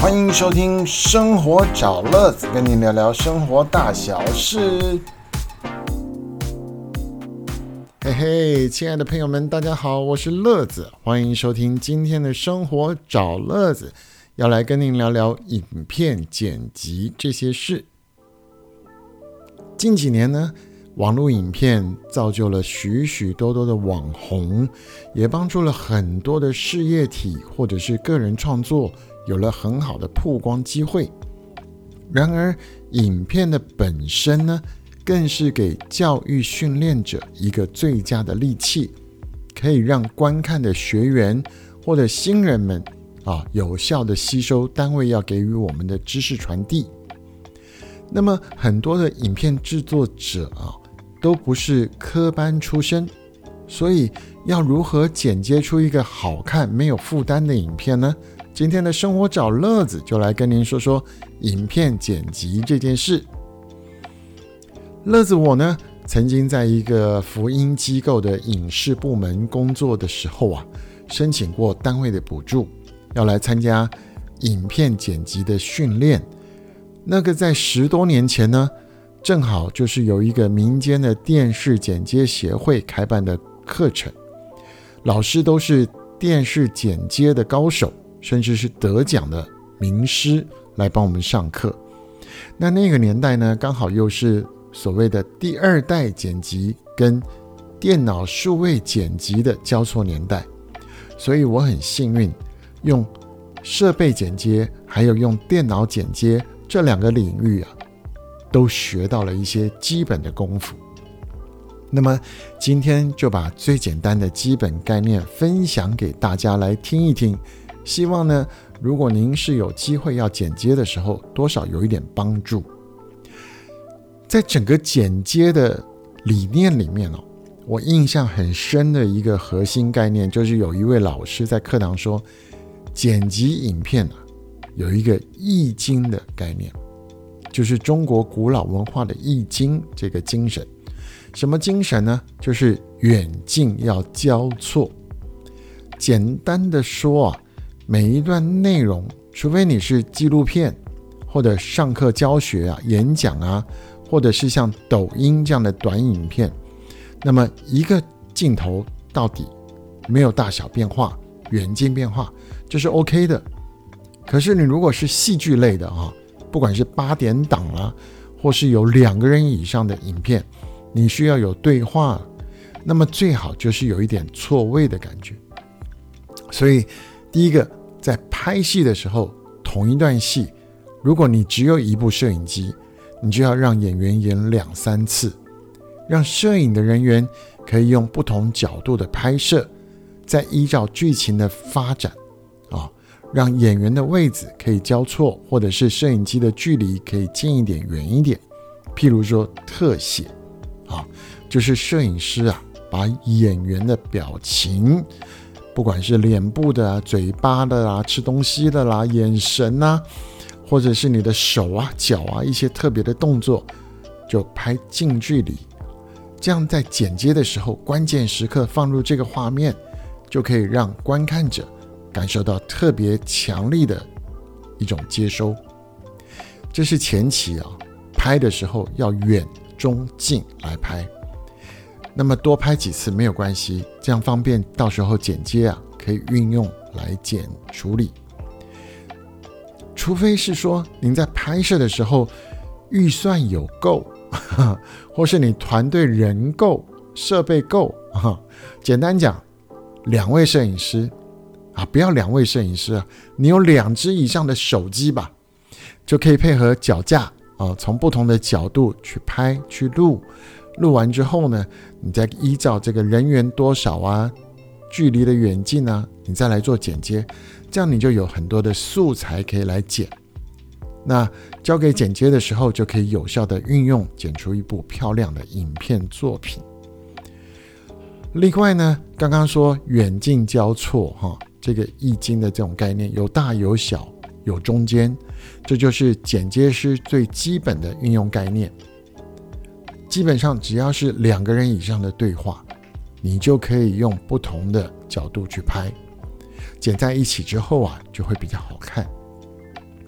欢迎收听生活找乐子，跟您聊聊生活大小事。嘿嘿，亲爱的朋友们，大家好，我是乐子，欢迎收听今天的生活找乐子，要来跟您聊聊影片剪辑这些事。近几年呢，网络影片造就了许许多多的网红，也帮助了很多的事业体或者是个人创作有了很好的曝光机会。然而影片的本身呢，更是给教育训练者一个最佳的利器，可以让观看的学员或者新人们有效的吸收单位要给予我们的知识传递。那么很多的影片制作者都不是科班出身，所以要如何剪接出一个好看没有负担的影片呢？今天的生活找乐子就来跟您说说影片剪辑这件事。乐子我呢，曾经在一个福音机构的影视部门工作的时候申请过单位的补助，要来参加影片剪辑的训练。那个在10多年前呢，正好就是有一个民间的电视剪接协会开办的课程，老师都是电视剪接的高手，甚至是得奖的名师来帮我们上课。那个年代呢，刚好又是所谓的第二代剪辑跟电脑数位剪辑的交错年代，所以我很幸运用设备剪接还有用电脑剪接这两个领域都学到了一些基本的功夫。那么今天就把最简单的基本概念分享给大家来听一听，希望呢，如果您是有机会要剪接的时候，多少有一点帮助。在整个剪接的理念里面我印象很深的一个核心概念，就是有一位老师在课堂说，剪辑影片有一个易经的概念，就是中国古老文化的易经这个精神。什么精神呢？就是远近要交错。简单的说每一段内容，除非你是纪录片或者上课教学演讲或者是像抖音这样的短影片，那么一个镜头到底没有大小变化、远近变化，这是 OK 的。可是你如果是戏剧类的不管是8点档或是有2个人以上的影片，你需要有对话，那么最好就是有一点错位的感觉。所以第一个，在拍戏的时候，同一段戏，如果你只有一部摄影机，你就要让演员演2-3次，让摄影的人员可以用不同角度的拍摄，再依照剧情的发展让演员的位置可以交错，或者是摄影机的距离可以近一点远一点。譬如说特写就是摄影师把演员的表情，不管是脸部的嘴巴的吃东西的眼神或者是你的手脚一些特别的动作，就拍近距离。这样在剪接的时候，关键时刻放入这个画面，就可以让观看者感受到特别强力的一种接收。这是前期拍的时候要远中近来拍，那么多拍几次没有关系，这样方便到时候剪接可以运用来处理。除非是说您在拍摄的时候预算有够或是你团队人够，设备够简单讲，2位摄影师不要2位摄影师你有2只以上的手机吧，就可以配合脚架从不同的角度去拍去录完之后呢，你再依照这个人员多少距离的远近你再来做剪接，这样你就有很多的素材可以来剪。那交给剪接的时候，就可以有效的运用，剪出一部漂亮的影片作品。另外呢，刚刚说远近交错这个易经的这种概念，有大有小有中间，这就是剪接师最基本的运用概念。基本上只要是2个人以上的对话，你就可以用不同的角度去拍，剪在一起之后就会比较好看。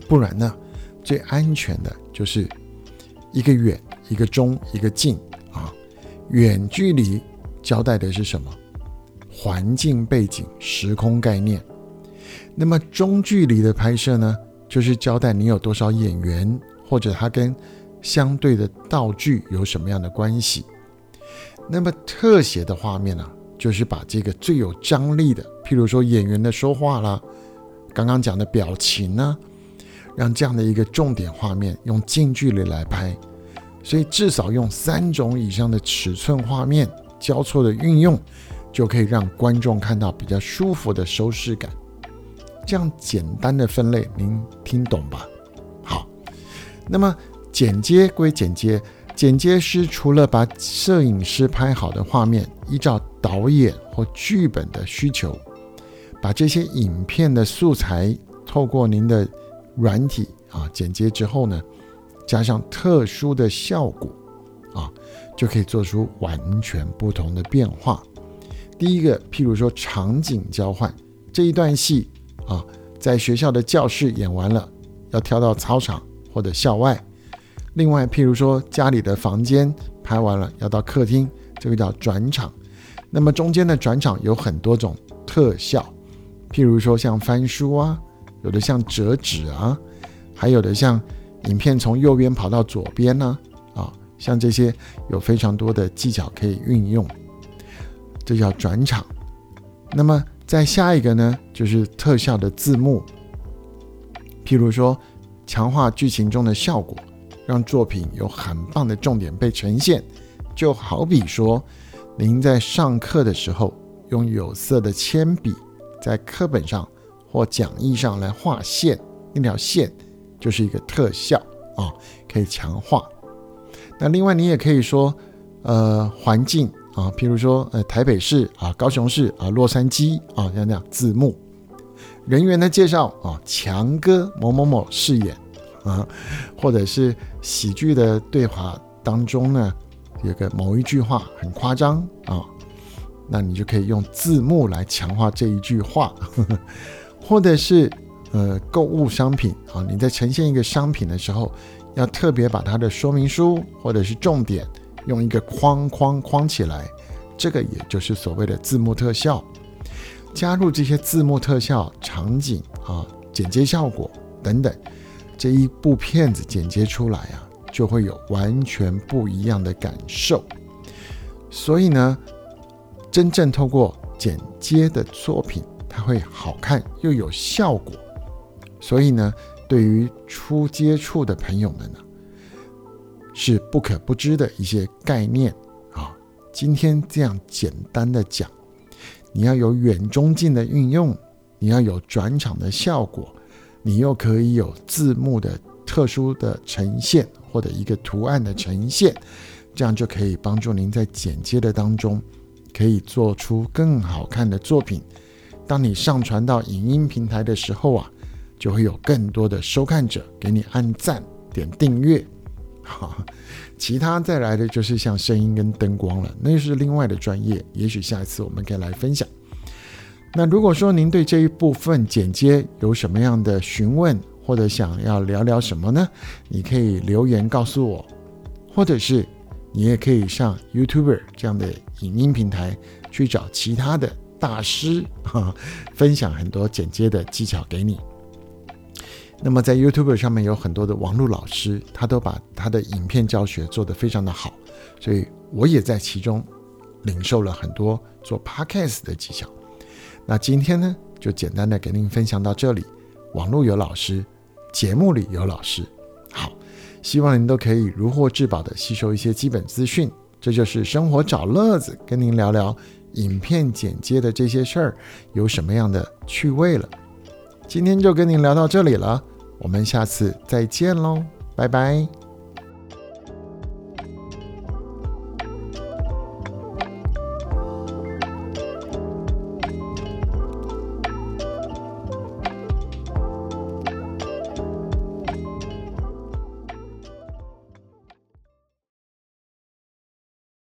不然呢，最安全的就是一个远，一个中，一个近啊。远距离交代的是什么？环境背景、时空概念。那么中距离的拍摄呢，就是交代你有多少演员，或者它跟相对的道具有什么样的关系。那么特写的画面呢，就是把这个最有张力的，譬如说演员的说话啦，刚刚讲的表情呢，让这样的一个重点画面用近距离来拍。所以至少用3种以上的尺寸画面交错的运用，就可以让观众看到比较舒服的收视感。这样简单的分类您听懂吧？好，那么剪接归剪接，剪接师除了把摄影师拍好的画面依照导演或剧本的需求，把这些影片的素材透过您的软体剪接之后呢，加上特殊的效果就可以做出完全不同的变化。第一个，譬如说场景交换，这一段戏在学校的教室演完了，要跳到操场或者校外。另外譬如说家里的房间拍完了，要到客厅，这个叫转场。那么中间的转场有很多种特效，譬如说像翻书啊，有的像折纸啊，还有的像影片从右边跑到左边呢像这些有非常多的技巧可以运用，这叫转场。那么再下一个呢，就是特效的字幕，譬如说强化剧情中的效果，让作品有很棒的重点被呈现。就好比说您在上课的时候用有色的铅笔在课本上或讲义上来画线，那条线就是一个特效可以强化。那另外你也可以说环境譬如说台北市高雄市洛杉矶像这样字幕。人员的介绍强哥某某某饰演或者是喜剧的对话当中呢，有个某一句话很夸张那你就可以用字幕来强化这一句话或者是购物商品你在呈现一个商品的时候，要特别把它的说明书或者是重点用一个框起来，这个也就是所谓的字幕特效。加入这些字幕特效、场景剪接效果等等，这一部片子剪接出来就会有完全不一样的感受。所以呢，真正透过剪接的作品，它会好看又有效果。所以呢，对于初接触的朋友们呢，是不可不知的一些概念今天这样简单的讲，你要有远中近的运用，你要有转场的效果，你又可以有字幕的特殊的呈现或者一个图案的呈现，这样就可以帮助您在剪接的当中可以做出更好看的作品。当你上传到影音平台的时候就会有更多的收看者给你按赞点订阅其他再来的就是像声音跟灯光了，那是另外的专业，也许下一次我们可以来分享。那如果说您对这一部分剪接有什么样的询问，或者想要聊聊什么呢？你可以留言告诉我，或者是你也可以上 YouTuber 这样的影音平台去找其他的大师分享很多剪接的技巧给你。那么在 YouTube 上面有很多的网络老师，他都把他的影片教学做得非常的好，所以我也在其中领受了很多做 Podcast 的技巧。那今天呢，就简单的给您分享到这里。网络有老师，节目里有老师。好，希望您都可以如获至宝的吸收一些基本资讯。这就是生活找乐子，跟您聊聊影片剪接的这些事儿有什么样的趣味了。今天就跟您聊到这里了，我们下次再见喽，拜拜。